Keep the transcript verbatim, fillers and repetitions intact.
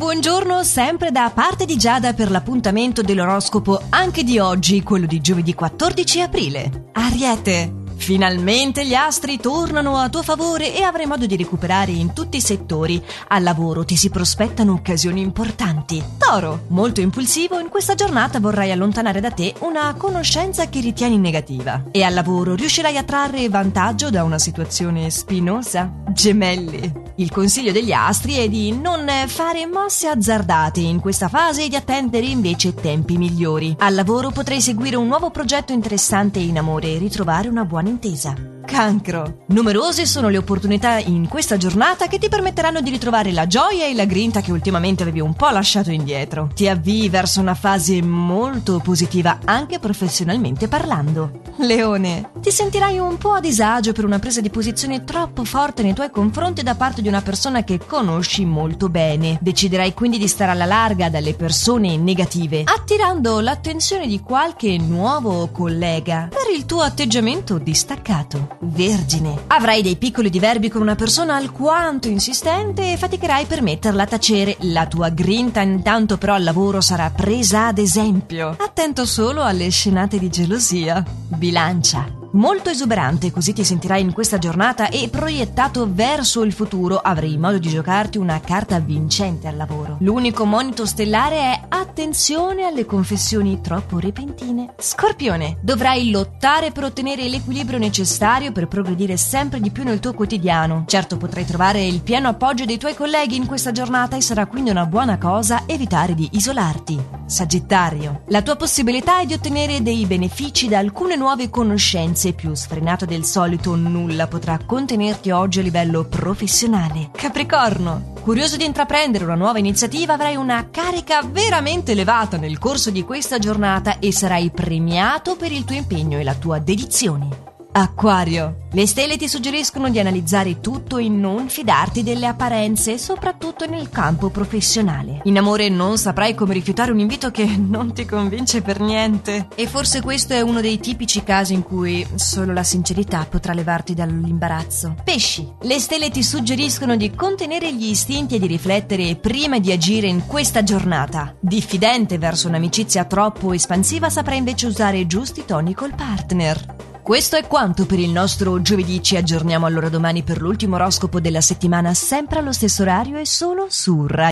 Buongiorno sempre da parte di Giada per l'appuntamento dell'oroscopo anche di oggi, quello di giovedì quattordici aprile. Ariete, finalmente gli astri tornano a tuo favore e avrai modo di recuperare in tutti i settori. Al lavoro ti si prospettano occasioni importanti. Toro, molto impulsivo, in questa giornata vorrai allontanare da te una conoscenza che ritieni negativa. E al lavoro riuscirai a trarre vantaggio da una situazione spinosa. Gemelli, il consiglio degli astri è di non fare mosse azzardate in questa fase e di attendere invece tempi migliori. Al lavoro potrai seguire un nuovo progetto interessante in amore e ritrovare una buona intesa. Cancro, numerose sono le opportunità in questa giornata che ti permetteranno di ritrovare la gioia e la grinta che ultimamente avevi un po' lasciato indietro. Ti avvii verso una fase molto positiva anche professionalmente parlando. Leone, ti sentirai un po' a disagio per una presa di posizione troppo forte nei tuoi confronti da parte di una persona che conosci molto bene. Deciderai quindi di stare alla larga dalle persone negative, attirando l'attenzione di qualche nuovo collega per il tuo atteggiamento distaccato. Vergine, avrai dei piccoli diverbi con una persona alquanto insistente e faticherai per metterla a tacere. La tua grinta intanto però al lavoro sarà presa ad esempio. Attento solo alle scenate di gelosia. Bilancia, molto esuberante, così ti sentirai in questa giornata e proiettato verso il futuro avrai modo di giocarti una carta vincente al lavoro. L'unico monito stellare è attenzione alle confessioni troppo repentine. Scorpione, dovrai lottare per ottenere l'equilibrio necessario per progredire sempre di più nel tuo quotidiano. Certo, potrai trovare il pieno appoggio dei tuoi colleghi in questa giornata e sarà quindi una buona cosa evitare di isolarti. Sagittario, la tua possibilità è di ottenere dei benefici da alcune nuove conoscenze. Più sfrenato del solito, nulla potrà contenerti oggi a livello professionale. Capricorno, curioso di intraprendere una nuova iniziativa, avrai una carica veramente elevata nel corso di questa giornata e sarai premiato per il tuo impegno e la tua dedizione. Acquario, le stelle ti suggeriscono di analizzare tutto e non fidarti delle apparenze, soprattutto nel campo professionale. In amore non saprai come rifiutare un invito che non ti convince per niente. E forse questo è uno dei tipici casi in cui solo la sincerità potrà levarti dall'imbarazzo. Pesci, le stelle ti suggeriscono di contenere gli istinti e di riflettere prima di agire in questa giornata. Diffidente verso un'amicizia troppo espansiva, saprai invece usare giusti toni col partner. Questo è quanto per il nostro giovedì. Ci aggiorniamo allora domani per l'ultimo oroscopo della settimana, sempre allo stesso orario e solo su Rai.